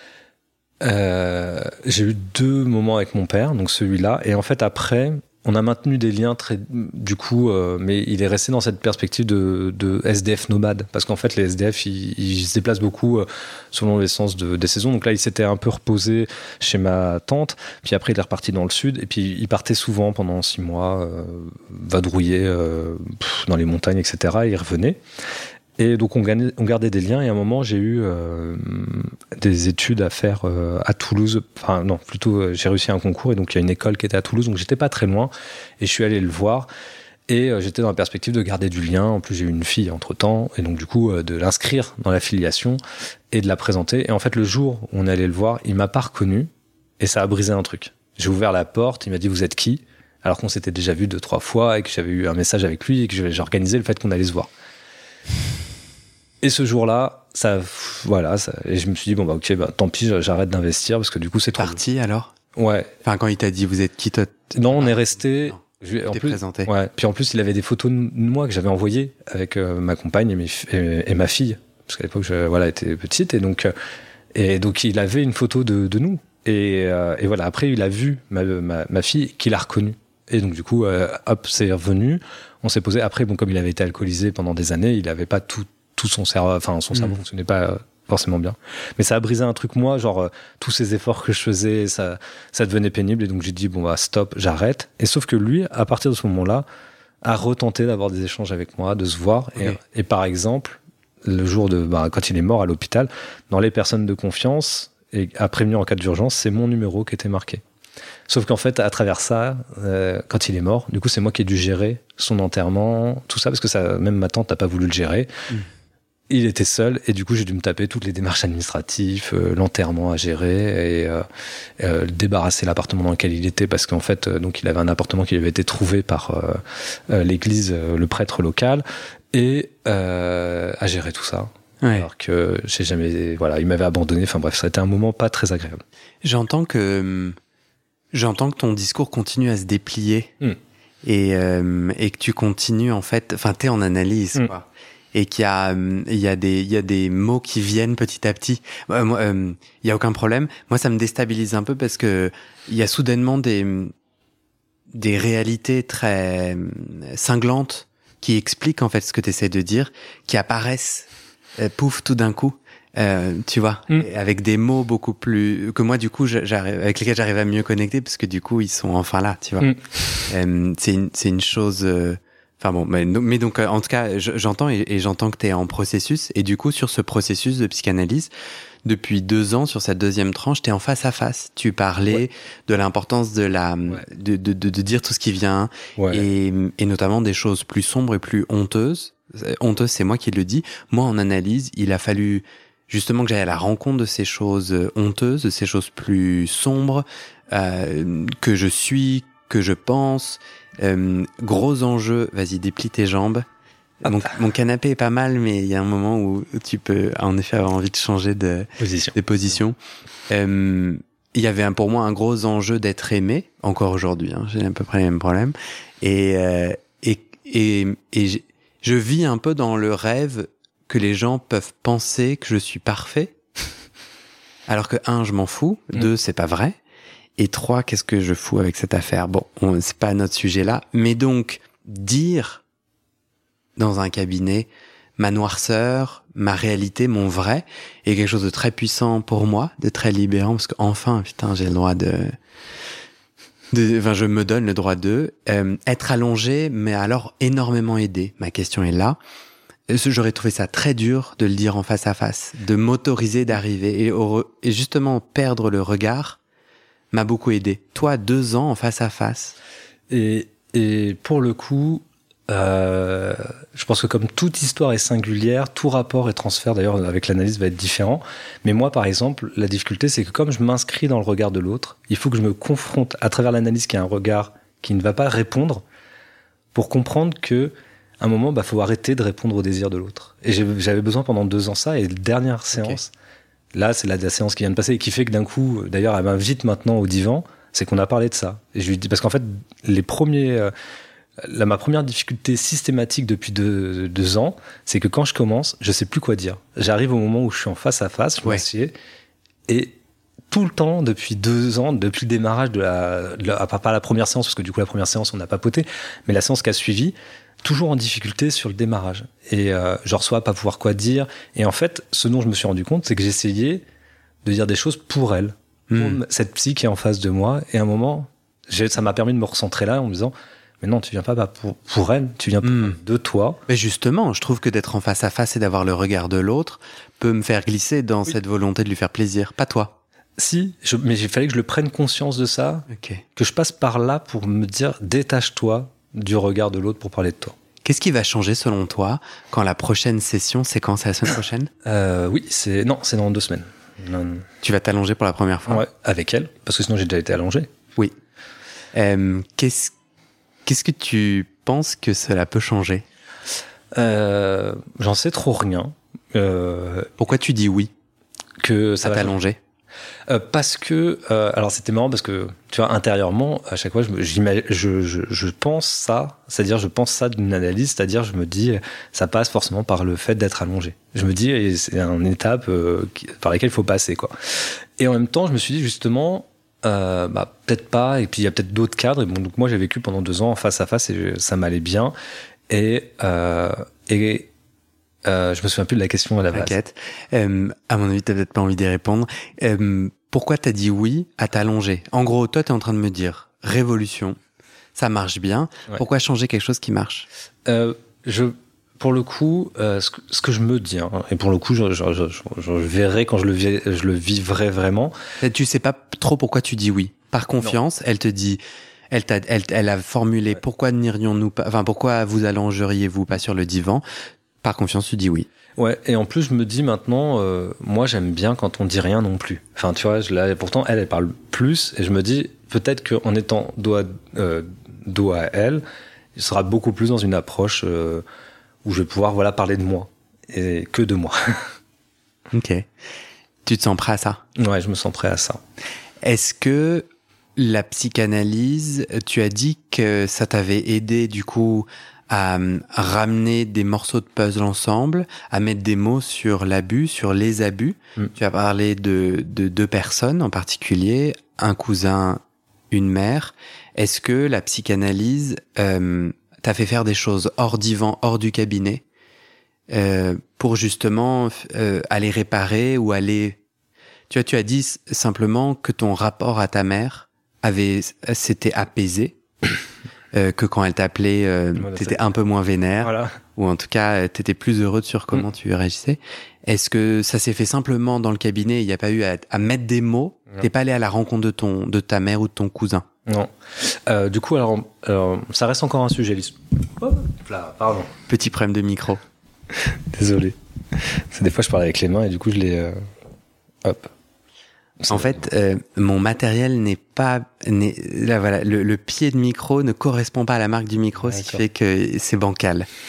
B: Euh, j'ai eu deux moments avec mon père, donc celui-là, et en fait après, on a maintenu des liens très, du coup, euh, mais il est resté dans cette perspective de, de S D F nomade, parce qu'en fait les S D F ils, ils se déplacent beaucoup euh, selon l'essence de, des saisons. Donc là, il s'était un peu reposé chez ma tante, puis après il est reparti dans le sud, et puis il partait souvent pendant six mois, euh, vadrouiller euh, pff, dans les montagnes, et cetera. Et il revenait. Et donc on, gagnait, on gardait des liens, et à un moment j'ai eu euh, des études à faire euh, à Toulouse, enfin non, plutôt euh, j'ai réussi un concours, et donc il y a une école qui était à Toulouse, donc j'étais pas très loin, et je suis allé le voir, et euh, j'étais dans la perspective de garder du lien. En plus j'ai eu une fille entre temps, et donc du coup euh, de l'inscrire dans la filiation et de la présenter. Et en fait le jour où on allait le voir, il m'a pas reconnu, et ça a brisé un truc. J'ai ouvert la porte, il m'a dit vous êtes qui, alors qu'on s'était déjà vu deux trois fois, et que j'avais eu un message avec lui, et que j'ai organisé le fait qu'on allait se voir. Et ce jour-là, ça, voilà, ça, et je me suis dit, bon, bah, ok, bah, tant pis, j'arrête d'investir, parce que du coup, c'est
A: parti
B: trop...
A: alors?
B: Ouais.
A: Enfin, quand il t'a dit, vous êtes qui, toi?
B: Non, on est resté.
A: Non.
B: Je,
A: en
B: plus,
A: présenté.
B: Ouais. Puis en plus, il avait des photos de moi que j'avais envoyées avec euh, ma compagne et, mes, et, et ma fille, parce qu'à l'époque, je, voilà, elle était petite, et donc, euh, et donc, il avait une photo de, de nous. Et, euh, et voilà, après, il a vu ma, ma, ma fille, qu'il a reconnue. Et donc, du coup, euh, hop, c'est revenu. On s'est posé. Après, bon, comme il avait été alcoolisé pendant des années, il avait pas tout, tout son cerveau, enfin, son cerveau mmh. fonctionnait pas forcément bien. Mais ça a brisé un truc, moi, genre, euh, tous ces efforts que je faisais, ça, ça devenait pénible. Et donc, j'ai dit, bon, bah, stop, j'arrête. Et sauf que lui, à partir de ce moment-là, a retenté d'avoir des échanges avec moi, de se voir. Okay. Et, et par exemple, le jour de, bah, quand il est mort à l'hôpital, dans les personnes de confiance, et a prévenu en cas d'urgence, c'est mon numéro qui était marqué. Sauf qu'en fait, à travers ça, euh, quand il est mort, du coup, c'est moi qui ai dû gérer son enterrement, tout ça, parce que ça, même ma tante n'a pas voulu le gérer. Mmh. Il était seul, et du coup, j'ai dû me taper toutes les démarches administratives, euh, l'enterrement à gérer, et euh, euh, débarrasser l'appartement dans lequel il était, parce qu'en fait, euh, donc, il avait un appartement qui lui avait été trouvé par euh, euh, l'église, euh, le prêtre local, et euh, à gérer tout ça. Ouais. Alors que j'ai jamais, voilà, il m'avait abandonné. Enfin bref, ça a été un moment pas très agréable.
A: J'entends que j'entends que ton discours continue à se déplier mm. et euh, et que tu continues en fait, enfin t'es en analyse mm. quoi. Et qu'il y a il y a des il y a des mots qui viennent petit à petit. Euh, moi, euh, il y a aucun problème. Moi, ça me déstabilise un peu parce que il y a soudainement des des réalités très cinglantes qui expliquent en fait ce que tu essaies de dire, qui apparaissent euh, pouf tout d'un coup. Euh, tu vois, mm. avec des mots beaucoup plus que moi du coup j'arrive avec lesquels j'arrive à mieux connecter parce que du coup ils sont enfin là, tu vois. Mm. Euh, c'est une c'est une chose. Euh, Enfin bon, mais, mais donc en tout cas j'entends et, et j'entends que t'es en processus et du coup sur ce processus de psychanalyse depuis deux ans sur cette deuxième tranche t'es en face à face. Tu parlais ouais. de l'importance de la ouais. de, de de de dire tout ce qui vient ouais. et et notamment des choses plus sombres et plus honteuses. Honteuses, c'est moi qui le dis. Moi en analyse, il a fallu justement que j'aille à la rencontre de ces choses honteuses, de ces choses plus sombres, euh, que je suis, que je pense. Euh, gros enjeu, vas-y, déplie tes jambes. Mon, mon canapé est pas mal, mais il y a un moment où tu peux en effet avoir envie de changer de
B: position.
A: de position. Euh, il y avait un, pour moi un gros enjeu d'être aimé, encore aujourd'hui, hein, j'ai à peu près les mêmes problèmes. Et, euh, et, et, et je, je vis un peu dans le rêve que les gens peuvent penser que je suis parfait. Alors que, un, je m'en fous. Mmh. Deux, c'est pas vrai. Et trois, qu'est-ce que je fous avec cette affaire? Bon, on, c'est pas notre sujet là. Mais donc, dire dans un cabinet ma noirceur, ma réalité, mon vrai, est quelque chose de très puissant pour moi, de très libérant, parce qu'enfin, putain, j'ai le droit de... de enfin, je me donne le droit de... Euh, être allongé, mais alors énormément aidé. Ma question est là. J'aurais trouvé ça très dur de le dire en face à face, de m'autoriser d'arriver. Et, au, et justement, perdre le regard m'a beaucoup aidé. Toi, deux ans en face à face.
B: Et, et pour le coup... Euh, je pense que comme toute histoire est singulière, tout rapport et transfert d'ailleurs avec l'analyse va être différent. Mais moi, par exemple, la difficulté, c'est que comme je m'inscris dans le regard de l'autre, il faut que je me confronte à travers l'analyse qui a un regard qui ne va pas répondre pour comprendre que à un moment, bah, faut arrêter de répondre au désir de l'autre. Et j'avais besoin pendant deux ans ça. Et la dernière séance, okay. là, c'est la, la séance qui vient de passer et qui fait que d'un coup, d'ailleurs, elle m'invite maintenant au divan. C'est qu'on a parlé de ça. Et je lui dis parce qu'en fait, les premiers euh, Là, ma première difficulté systématique depuis deux, deux ans, c'est que quand je commence, je sais plus quoi dire. J'arrive au moment où je suis en face à face, je m'assieds, et tout le temps, depuis deux ans, depuis le démarrage de la, de la à part pas la première séance, parce que du coup la première séance on n'a pas poté, mais la séance qui a suivi, toujours en difficulté sur le démarrage. Et euh, je reçois pas pouvoir quoi dire. Et en fait, ce dont je me suis rendu compte, c'est que j'essayais de dire des choses pour elle, pour mmh. cette psy qui est en face de moi. Et à un moment, j'ai, ça m'a permis de me recentrer là en me disant. Mais non, tu viens pas bah, pour, pour elle, tu viens mmh. de toi.
A: Mais justement, je trouve que d'être en face à face et d'avoir le regard de l'autre peut me faire glisser dans oui. cette volonté de lui faire plaisir, pas toi.
B: Si, je, mais il fallait que je le prenne conscience de ça,
A: okay.
B: que je passe par là pour me dire détache-toi du regard de l'autre pour parler de toi.
A: Qu'est-ce qui va changer selon toi quand la prochaine session, c'est quand? C'est la semaine prochaine?
B: euh, Oui, c'est non, c'est dans deux semaines. Non.
A: Tu vas t'allonger pour la première fois?
B: Ouais, avec elle, parce que sinon j'ai déjà été allongé.
A: Oui. Euh, qu'est-ce Qu'est-ce que tu penses que cela peut changer?
B: euh, J'en sais trop rien. Euh,
A: Pourquoi tu dis oui?
B: Que ça
A: va t'allonger?
B: euh, Parce que, euh, alors c'était marrant parce que, tu vois, intérieurement, à chaque fois, je, je, je, je pense ça, c'est-à-dire je pense ça d'une analyse, c'est-à-dire je me dis, ça passe forcément par le fait d'être allongé. Je me dis, c'est une étape euh, qui, par laquelle il faut passer, quoi. Et en même temps, je me suis dit justement, Euh, bah, peut-être pas, et puis il y a peut-être d'autres cadres. Et bon, donc moi j'ai vécu pendant deux ans en face à face et ça m'allait bien. Et, euh, et euh, je me souviens plus de la question à la base.
A: T'inquiète. Euh, à mon avis, t'as peut-être pas envie d'y répondre. Euh, pourquoi t'as dit oui à t'allonger? En gros, toi t'es en train de me dire révolution, ça marche bien. Ouais. Pourquoi changer quelque chose qui marche?
B: euh, Je Pour le coup, euh, ce, que, ce que je me dis, hein, et pour le coup, je, je, je, je, je verrai quand je le, vis, je le vivrai vraiment.
A: Tu sais pas trop pourquoi tu dis oui. Par confiance, non. elle te dit, elle, t'a, elle, elle a formulé ouais. pourquoi n'irions-nous pas, enfin pourquoi vous allongeriez-vous pas sur le divan. Par confiance, tu dis oui.
B: Ouais, et en plus, je me dis maintenant, euh, moi j'aime bien quand on dit rien non plus. Enfin, tu vois, je, là, pourtant elle, elle parle plus, et je me dis peut-être qu'en étant dos à, euh, dos à elle, il sera beaucoup plus dans une approche. Euh, où je vais pouvoir voilà, parler de moi, et que de moi.
A: Ok. Tu te sens prêt à ça?
B: Ouais, je me sens prêt à ça.
A: Est-ce que la psychanalyse, tu as dit que ça t'avait aidé du coup à ramener des morceaux de puzzle ensemble, à mettre des mots sur l'abus, sur les abus. Mm. Tu as parlé de, de deux personnes en particulier, un cousin, une mère. Est-ce que la psychanalyse... Euh, t'as fait faire des choses hors divan, hors du cabinet, euh, pour justement euh, aller réparer ou aller... Tu vois, tu as dit simplement que ton rapport à ta mère avait s'était apaisé, euh, que quand elle t'appelait, euh, voilà, t'étais un peu moins vénère, voilà. Ou en tout cas, t'étais plus heureux sur comment mmh. tu réagissais. Est-ce que ça s'est fait simplement dans le cabinet, il n'y a pas eu à, à mettre des mots? Non. T'es pas allé à la rencontre de ton, de ta mère ou de ton cousin?
B: Non. Euh, du coup, alors, alors, ça reste encore un sujet. Lise. Oh, là, pardon.
A: Petit problème de micro.
B: Désolé. C'est des fois, je parle avec les mains et du coup, je les... Euh... Hop.
A: C'est en fait, euh, mon matériel n'est pas... N'est... Là, voilà, le, le pied de micro ne correspond pas à la marque du micro, ouais, ce qui fait que c'est bancal.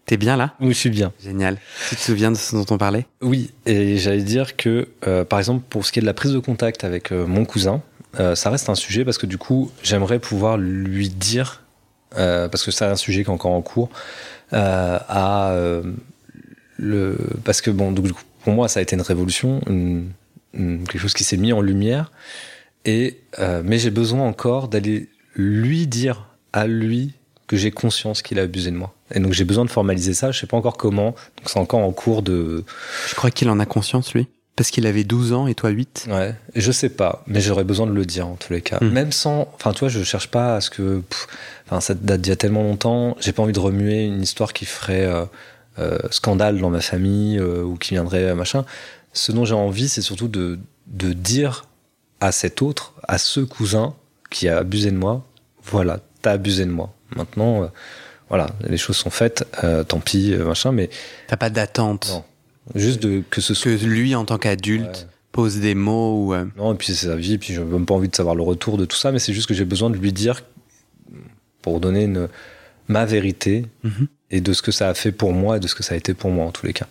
A: T'es bien là?
B: Oui, je suis bien.
A: Génial. Tu te souviens de ce dont on parlait?
B: Oui, et j'allais dire que, euh, par exemple, pour ce qui est de la prise de contact avec euh, mon cousin, euh, ça reste un sujet parce que du coup, j'aimerais pouvoir lui dire, euh, parce que c'est un sujet qui est encore en cours, euh, à euh, le, parce que bon, du coup, pour moi, ça a été une révolution, une, une, quelque chose qui s'est mis en lumière, et euh, mais j'ai besoin encore d'aller lui dire à lui que j'ai conscience qu'il a abusé de moi. Et donc j'ai besoin de formaliser ça, je sais pas encore comment, donc c'est encore en cours de...
A: Je crois qu'il en a conscience, lui, parce qu'il avait douze ans et toi huit.
B: Ouais, et je sais pas, mais j'aurais besoin de le dire en tous les cas. Mmh. Même sans... Enfin, tu vois, je cherche pas à ce que... Pff, enfin, ça date d'il y a tellement longtemps, j'ai pas envie de remuer une histoire qui ferait euh, euh, scandale dans ma famille, euh, ou qui viendrait euh, machin. Ce dont j'ai envie, c'est surtout de, de dire à cet autre, à ce cousin qui a abusé de moi, voilà, t'as abusé de moi. Maintenant... Euh, Voilà, les choses sont faites, euh, tant pis, euh, machin, mais...
A: T'as pas d'attente.
B: Non. Juste de, que ce soit...
A: Que lui, en tant qu'adulte, ouais. pose des mots ou... Euh...
B: Non, et puis c'est sa vie, puis j'ai même pas envie de savoir le retour de tout ça, mais c'est juste que j'ai besoin de lui dire, pour donner une, ma vérité, mm-hmm. et de ce que ça a fait pour moi, et de ce que ça a été pour moi, en tous les cas.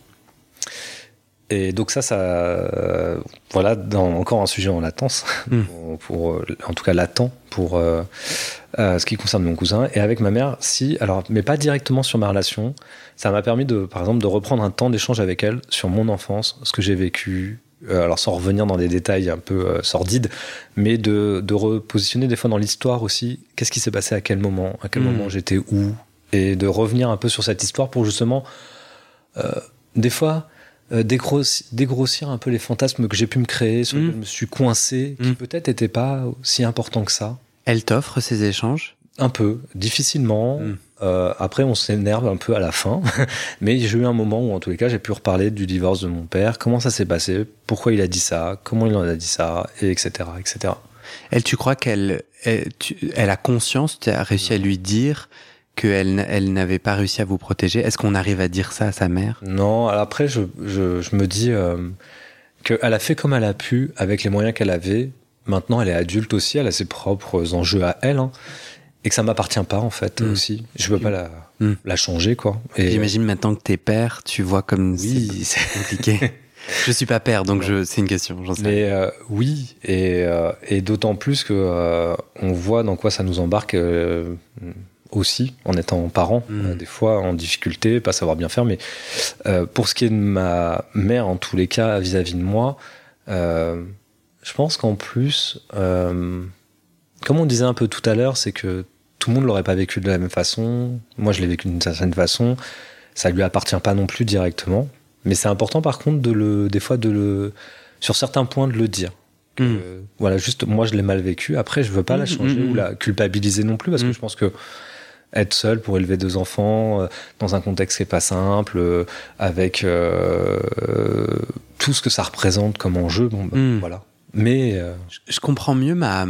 B: Et donc ça, ça... Euh, voilà, dans, encore un sujet en latence, mm. pour, pour, en tout cas latent, pour... Euh, Euh, ce qui concerne mon cousin, et avec ma mère, si, alors, mais pas directement sur ma relation, ça m'a permis de, par exemple, de reprendre un temps d'échange avec elle sur mon enfance, ce que j'ai vécu, euh, alors sans revenir dans des détails un peu euh, sordides, mais de, de repositionner des fois dans l'histoire aussi, qu'est-ce qui s'est passé à quel moment, à quel mmh. moment j'étais où, et de revenir un peu sur cette histoire pour justement, euh, des fois, euh, dégrossir, dégrossir un peu les fantasmes que j'ai pu me créer, sur mmh. lesquels je me suis coincé, qui mmh. peut-être n'étaient pas si importants que ça.
A: Elle t'offre ces échanges?
B: Un peu, difficilement. Mmh. Euh, après, on s'énerve un peu à la fin. Mais j'ai eu un moment où, en tous les cas, j'ai pu reparler du divorce de mon père. Comment ça s'est passé? Pourquoi il a dit ça? Comment il en a dit ça? Et etc, et cetera.
A: Elle, tu crois qu'elle elle, tu, elle a conscience, tu as réussi à lui dire qu'elle elle n'avait pas réussi à vous protéger? Est-ce qu'on arrive à dire ça à sa mère?
B: Non, après, je, je, je me dis euh, qu'elle a fait comme elle a pu, avec les moyens qu'elle avait. Maintenant, elle est adulte aussi, elle a ses propres enjeux à elle, hein, et que ça m'appartient pas, en fait, mmh. aussi. Je veux pas la, mmh. la changer, quoi. Et
A: j'imagine maintenant que t'es père, tu vois comme oui. c'est, c'est compliqué. Je suis pas père, donc je, c'est une question, j'en sais rien.
B: Mais euh, oui, et, euh, et d'autant plus que euh, on voit dans quoi ça nous embarque euh, aussi, en étant parents, mmh. euh, des fois en difficulté, pas savoir bien faire, mais euh, pour ce qui est de ma mère, en tous les cas, vis-à-vis de moi, euh, je pense qu'en plus, euh, comme on disait un peu tout à l'heure, c'est que tout le monde ne l'aurait pas vécu de la même façon. Moi, je l'ai vécu d'une certaine façon. Ça ne lui appartient pas non plus directement. Mais c'est important, par contre, de le, des fois, de le, sur certains points, de le dire. Que, mmh. euh, voilà, juste, moi, je l'ai mal vécu. Après, je ne veux pas mmh, la changer mmh. ou la culpabiliser non plus, parce mmh. que je pense que être seul pour élever deux enfants, euh, dans un contexte qui n'est pas simple, euh, avec euh, euh, tout ce que ça représente comme enjeu, bon, bah, mmh. voilà. Mais euh...
A: je, je comprends mieux ma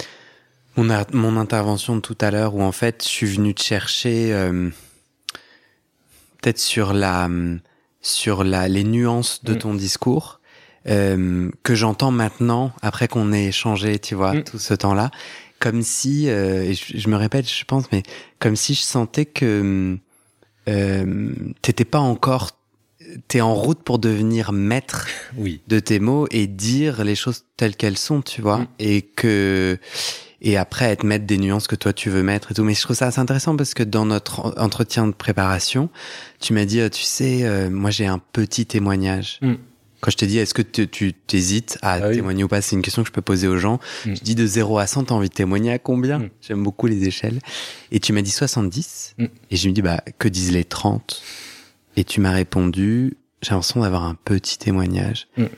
A: mon, a, mon intervention de tout à l'heure où en fait je suis venu te chercher euh, peut-être sur la sur la les nuances de mmh. ton discours euh, que j'entends maintenant après qu'on ait échangé, tu vois, mmh. tout ce temps-là, comme si euh, et je, je me répète, je pense, mais comme si je sentais que euh, t'étais pas encore t'es en route pour devenir maître
B: oui.
A: de tes mots et dire les choses telles qu'elles sont, tu vois, mmh. et que et après être maître des nuances que toi tu veux mettre et tout. Mais je trouve ça assez intéressant parce que dans notre entretien de préparation, tu m'as dit, tu sais, euh, moi j'ai un petit témoignage. Mmh. Quand je t'ai dit, est-ce que tu, tu t'hésites à ah, témoigner oui. ou pas, c'est une question que je peux poser aux gens. Mmh. Je dis de zéro à cent, t'as envie de témoigner à combien? Mmh. J'aime beaucoup les échelles. Et tu m'as dit soixante-dix. Mmh. Et je me dis, bah, que disent les trente? Et tu m'as répondu, j'ai l'impression d'avoir un petit témoignage. Mm.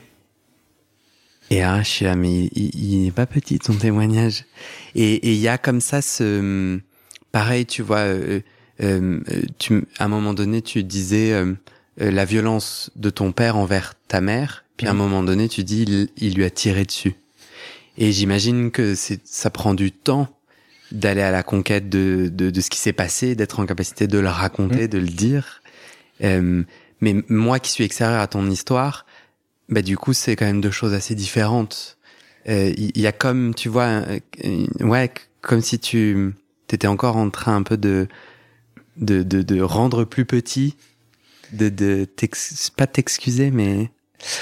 A: Et là, je suis là, mais il, il n'est pas petit ton témoignage. Et il y a comme ça ce... Pareil, tu vois, euh, euh, tu, à un moment donné, tu disais euh, euh, la violence de ton père envers ta mère, puis mm. à un moment donné, tu dis il, il lui a tiré dessus. Et j'imagine que c'est, ça prend du temps d'aller à la conquête de, de, de ce qui s'est passé, d'être en capacité de le raconter, mm. de le dire. Euh, mais moi qui suis extérieur à ton histoire, bah du coup c'est quand même deux choses assez différentes. Il euh, y, y a comme, tu vois, euh, ouais, comme si tu t'étais encore en train un peu de de de, de rendre plus petit de, de t'ex... pas t'excuser, mais...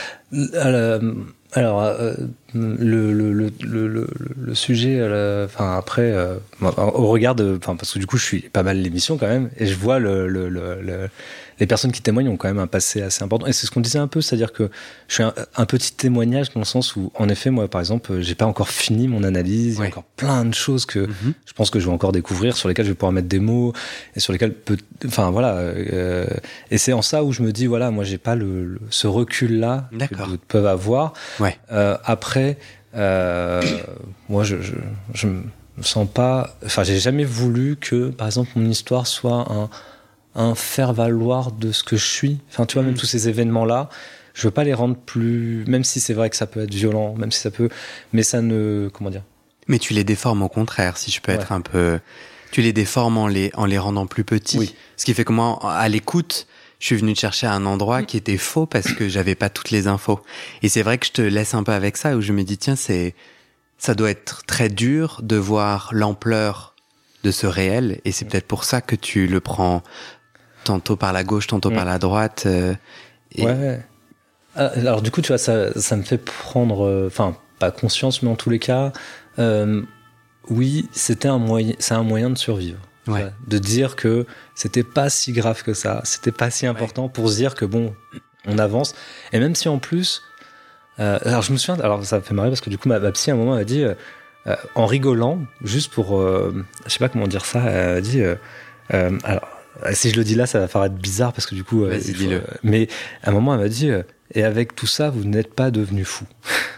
B: Alors, alors euh, le, le, le, le, le sujet, enfin après, euh, au regard de, enfin parce que du coup je suis pas mal l'émission quand même, et je vois le, le, le, le les personnes qui témoignent ont quand même un passé assez important. Et c'est ce qu'on disait un peu, c'est-à-dire que je suis un, un petit témoignage dans le sens où, en effet, moi, par exemple, j'ai pas encore fini mon analyse. Ouais. Il y a encore plein de choses que mm-hmm. je pense que je vais encore découvrir, sur lesquelles je vais pouvoir mettre des mots, et sur lesquelles peut, enfin voilà. Euh, et c'est en ça où je me dis, voilà, moi, j'ai pas le, le ce recul-là que d'autres peuvent avoir.
A: Ouais.
B: Euh, après, euh, moi, je, je, je me sens pas. Enfin, j'ai jamais voulu que, par exemple, mon histoire soit un un faire-valoir de ce que je suis. Enfin, tu vois, même mmh. tous ces événements-là, je veux pas les rendre plus... Même si c'est vrai que ça peut être violent, même si ça peut... Mais ça ne... Comment dire ?
A: Mais tu les déformes au contraire, si je peux ouais. être un peu... Tu les déformes en les, en les rendant plus petits.
B: Oui.
A: Ce qui fait que moi, à l'écoute, je suis venu te chercher à un endroit mmh. qui était faux parce que j'avais pas toutes les infos. Et c'est vrai que je te laisse un peu avec ça, où je me dis, tiens, c'est... ça doit être très dur de voir l'ampleur de ce réel. Et c'est mmh. peut-être pour ça que tu le prends... tantôt par la gauche, tantôt mmh. par la droite. Euh,
B: et... Ouais. Alors du coup, tu vois, ça, ça me fait prendre, enfin, euh, pas conscience, mais en tous les cas, euh, oui, c'était un moyen, c'est un moyen de survivre.
A: Ouais.
B: Vois, de dire que c'était pas si grave que ça, c'était pas si important ouais. pour se dire que bon, on avance. Et même si en plus, euh, alors je me souviens, alors ça me fait marrer parce que du coup, ma, ma psy à un moment a dit, euh, euh, en rigolant, juste pour, euh, je sais pas comment dire ça, elle a dit, euh, euh, alors. Si je le dis là, ça va paraître bizarre parce que du coup...
A: Vas-y,
B: faut,
A: dis-le.
B: Mais à un moment, elle m'a dit euh, « Et avec tout ça, vous n'êtes pas devenu fou. Mm. »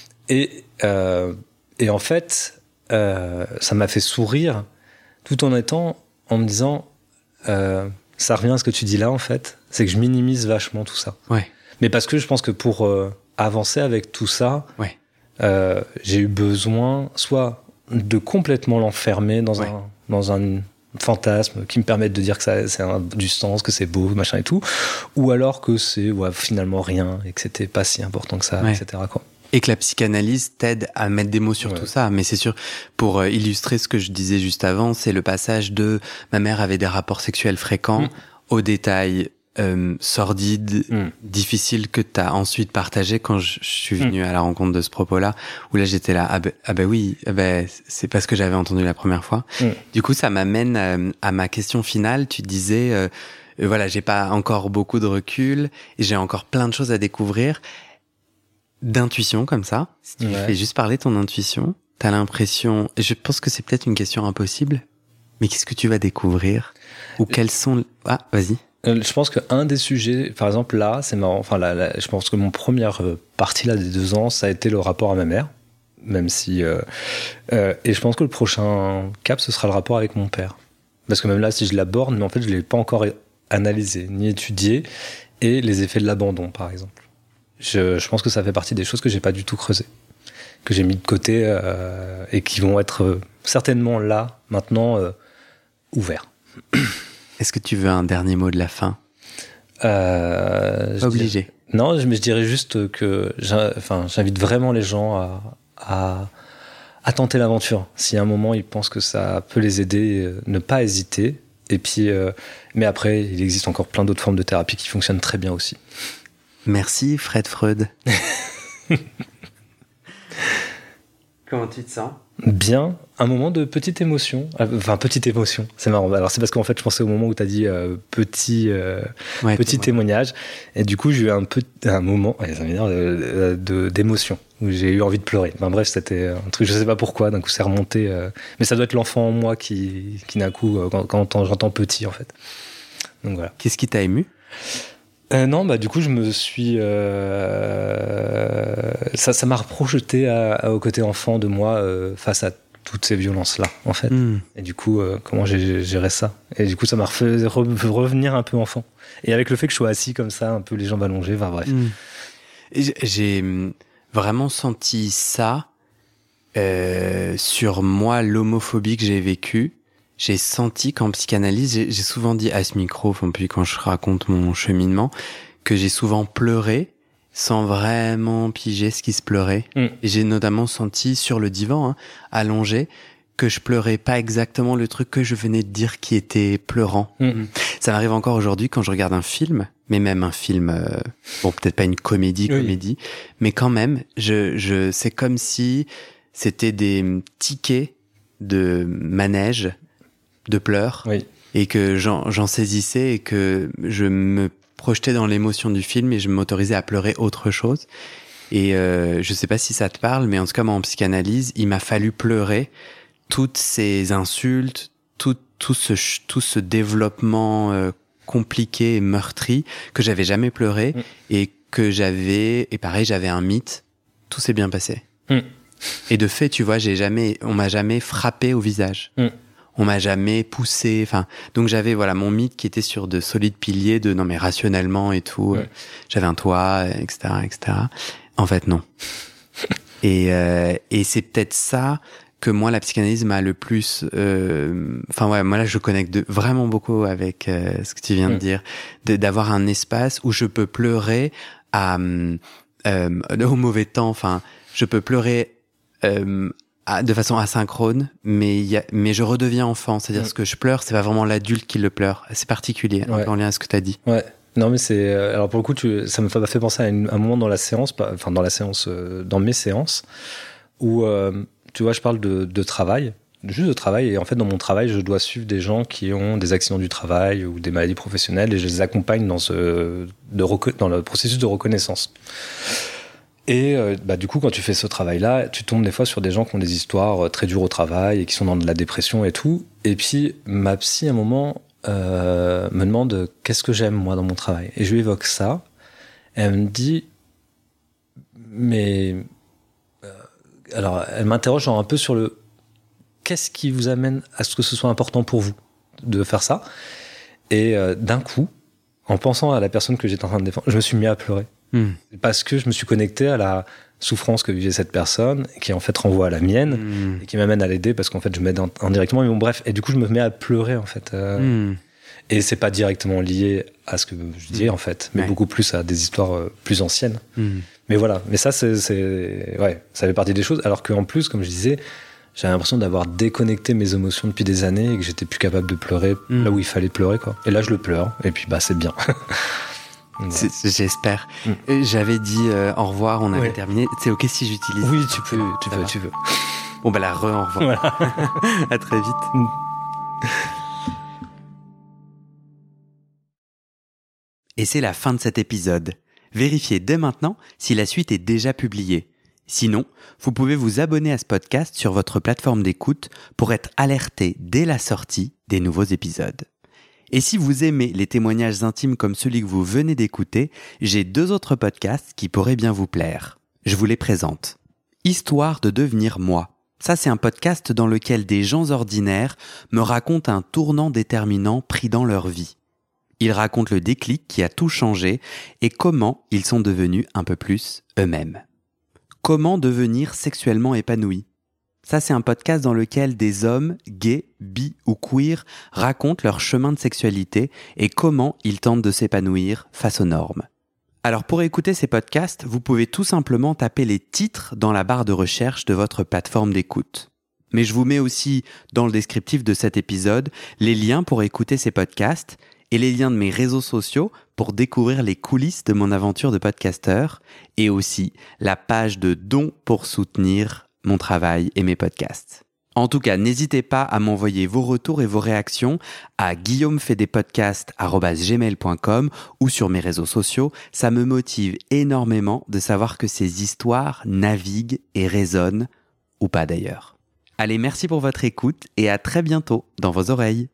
B: Et, euh, et en fait, euh, ça m'a fait sourire tout en étant... En me disant... Euh, ça revient à ce que tu dis là, en fait. C'est que je minimise vachement tout ça.
A: Ouais.
B: Mais parce que je pense que pour euh, avancer avec tout ça,
A: ouais.
B: euh, j'ai eu besoin soit de complètement l'enfermer dans ouais. un... Dans un fantasmes qui me permettent de dire que ça c'est un, du sens, que c'est beau, machin et tout, ou alors que c'est ouais, finalement rien et que c'était pas si important que ça, ouais. et cetera quoi.
A: Et que la psychanalyse t'aide à mettre des mots sur ouais. tout ça. Mais c'est sûr, pour euh, illustrer ce que je disais juste avant, c'est le passage de ma mère avait des rapports sexuels fréquents mmh. aux détails euh, sordides, mmh. difficiles que t'as ensuite partagé quand je, je suis venu mmh. à la rencontre de ce propos-là, où là j'étais là, ah ben ah bah oui, ah bah, c'est pas ce que j'avais entendu la première fois. Mmh. Du coup, ça m'amène euh, à ma question finale. Tu disais, euh, euh, voilà, j'ai pas encore beaucoup de recul et j'ai encore plein de choses à découvrir. D'intuition comme ça, si tu ouais. fais juste parler ton intuition, t'as l'impression, je pense que c'est peut-être une question impossible, mais qu'est-ce que tu vas découvrir? Ou quels sont... Ah, vas-y.
B: Je pense qu'un des sujets, par exemple là, c'est marrant, enfin là, là, je pense que mon première partie là des deux ans, ça a été le rapport à ma mère, même si... Euh, euh, et je pense que le prochain cap, ce sera le rapport avec mon père. Parce que même là, si je l'aborde, mais en fait, je ne l'ai pas encore analysé, ni étudié, et les effets de l'abandon, par exemple. Je, je pense que ça fait partie des choses que j'ai pas du tout creusées, que j'ai mis de côté, euh, et qui vont être euh, certainement là, maintenant, euh, ouverts.
A: Est-ce que tu veux un dernier mot de la fin?
B: euh,
A: Pas obligé.
B: Dirais, non, mais je dirais juste que enfin, j'invite vraiment les gens à, à, à tenter l'aventure. Si à un moment ils pensent que ça peut les aider, euh, ne pas hésiter. Et puis, euh, mais après, il existe encore plein d'autres formes de thérapie qui fonctionnent très bien aussi.
A: Merci Fred Freud. Comment tu te sens?
B: Bien, un moment de petite émotion, enfin petite émotion, c'est marrant. Alors c'est parce qu'en fait je pensais au moment où tu as dit euh, petit, euh, ouais, petit témoignage, et du coup j'ai eu un, peu, un moment ouais, ça m'énerve, de, de, d'émotion, où j'ai eu envie de pleurer. Enfin bref, c'était un truc, je sais pas pourquoi, d'un coup c'est remonté, euh, mais ça doit être l'enfant en moi qui, qui d'un coup, euh, quand, quand j'entends petit en fait. Donc voilà.
A: Qu'est-ce qui t'a ému?
B: Euh, non, bah du coup je me suis, euh, ça, ça m'a reprojeté à, à, au côté enfant de moi euh, face à toutes ces violences-là en fait. Mm. Et du coup, euh, comment j'ai géré ça? Et du coup, ça m'a refait re- revenir un peu enfant. Et avec le fait que je sois assis comme ça, un peu les jambes allongées, enfin bref.
A: Mm. J'ai vraiment senti ça euh, sur moi, l'homophobie que j'ai vécue. J'ai senti qu'en psychanalyse, j'ai, j'ai souvent dit à ce micro, enfin, puis quand je raconte mon cheminement, que j'ai souvent pleuré sans vraiment piger ce qui se pleurait. Mm. Et j'ai notamment senti sur le divan, hein, allongé, que je pleurais pas exactement le truc que je venais de dire qui était pleurant. Mm. Ça m'arrive encore aujourd'hui quand je regarde un film, mais même un film, euh, bon, peut-être pas une comédie,
B: oui.
A: comédie, mais quand même, je, je, c'est comme si c'était des tickets de manège, de pleurs,
B: oui.
A: et que j'en, j'en saisissais et que je me projetais dans l'émotion du film et je m'autorisais à pleurer autre chose. Et euh, je sais pas si ça te parle, mais en tout cas, moi, en psychanalyse, il m'a fallu pleurer toutes ces insultes, tout, tout ce, tout ce développement euh, compliqué et meurtri que j'avais jamais pleuré, mmh. et que j'avais, et pareil, j'avais un mythe, tout s'est bien passé. Mmh. Et de fait, tu vois, j'ai jamais, on m'a jamais frappé au visage. Mmh. On m'a jamais poussé, enfin, donc j'avais, voilà, mon mythe qui était sur de solides piliers de, non mais rationnellement et tout, ouais. euh, j'avais un toit, et cetera, et cetera. En fait, non. et, euh, et c'est peut-être ça que moi, la psychanalyse m'a le plus, euh, enfin, ouais, moi là, je connecte de, vraiment beaucoup avec euh, ce que tu viens mmh. de dire, de, d'avoir un espace où je peux pleurer à, euh, au mauvais temps, enfin, je peux pleurer, euh, Ah, de façon asynchrone, mais y a, mais je redeviens enfant. C'est-à-dire, mmh. ce que je pleure, c'est pas vraiment l'adulte qui le pleure. C'est particulier, ouais. un peu en lien à ce que tu as dit.
B: Ouais. Non, mais c'est. Alors, pour le coup, tu, ça m'a fait penser à, une, à un moment dans la séance, enfin, dans la séance, euh, dans mes séances, où, euh, tu vois, je parle de, de travail, juste de travail. Et en fait, dans mon travail, je dois suivre des gens qui ont des accidents du travail ou des maladies professionnelles et je les accompagne dans, ce, de reco- dans le processus de reconnaissance. Et euh, bah, du coup, quand tu fais ce travail-là, tu tombes des fois sur des gens qui ont des histoires très dures au travail et qui sont dans de la dépression et tout. Et puis, ma psy, à un moment, euh, me demande qu'est-ce que j'aime, moi, dans mon travail. Et je lui évoque ça. Et elle me dit, mais... Euh, alors, elle m'interroge genre un peu sur le... Qu'est-ce qui vous amène à ce que ce soit important pour vous de faire ça ? Et euh, d'un coup, en pensant à la personne que j'étais en train de défendre, je me suis mis à pleurer. Mmh. Parce que je me suis connecté à la souffrance que vivait cette personne, qui en fait renvoie à la mienne, mmh. et qui m'amène à l'aider parce qu'en fait je m'aide indirectement. Mais bon, bref, et du coup je me mets à pleurer en fait. Euh, mmh. Et c'est pas directement lié à ce que je dis en fait, mais ouais. beaucoup plus à des histoires euh, plus anciennes. Mmh. Mais voilà, mais ça c'est, c'est, ouais, ça fait partie des choses. Alors qu'en plus, comme je disais, j'avais l'impression d'avoir déconnecté mes émotions depuis des années et que j'étais plus capable de pleurer mmh. là où il fallait pleurer, quoi. Et là je le pleure, et puis bah c'est bien.
A: C'est, j'espère. Mm. J'avais dit euh, au revoir, on avait ouais. terminé. C'est ok si j'utilise.
B: Oui, tu peux, tu peux, tu veux.
A: Bon bah la re au revoir. Voilà. À très vite. Mm. Et c'est la fin de cet épisode. Vérifiez dès maintenant si la suite est déjà publiée. Sinon, vous pouvez vous abonner à ce podcast sur votre plateforme d'écoute pour être alerté dès la sortie des nouveaux épisodes. Et si vous aimez les témoignages intimes comme celui que vous venez d'écouter, j'ai deux autres podcasts qui pourraient bien vous plaire. Je vous les présente. Histoire de devenir moi. Ça, c'est un podcast dans lequel des gens ordinaires me racontent un tournant déterminant pris dans leur vie. Ils racontent le déclic qui a tout changé et comment ils sont devenus un peu plus eux-mêmes. Comment devenir sexuellement épanoui ? Ça, c'est un podcast dans lequel des hommes, gays, bi ou queer, racontent leur chemin de sexualité et comment ils tentent de s'épanouir face aux normes. Alors pour écouter ces podcasts, vous pouvez tout simplement taper les titres dans la barre de recherche de votre plateforme d'écoute. Mais je vous mets aussi dans le descriptif de cet épisode les liens pour écouter ces podcasts et les liens de mes réseaux sociaux pour découvrir les coulisses de mon aventure de podcasteur et aussi la page de dons pour soutenir mon travail et mes podcasts. En tout cas, n'hésitez pas à m'envoyer vos retours et vos réactions à guillaumefedepodcast arobase gmail point com ou sur mes réseaux sociaux. Ça me motive énormément de savoir que ces histoires naviguent et résonnent, ou pas d'ailleurs. Allez, merci pour votre écoute et à très bientôt dans vos oreilles.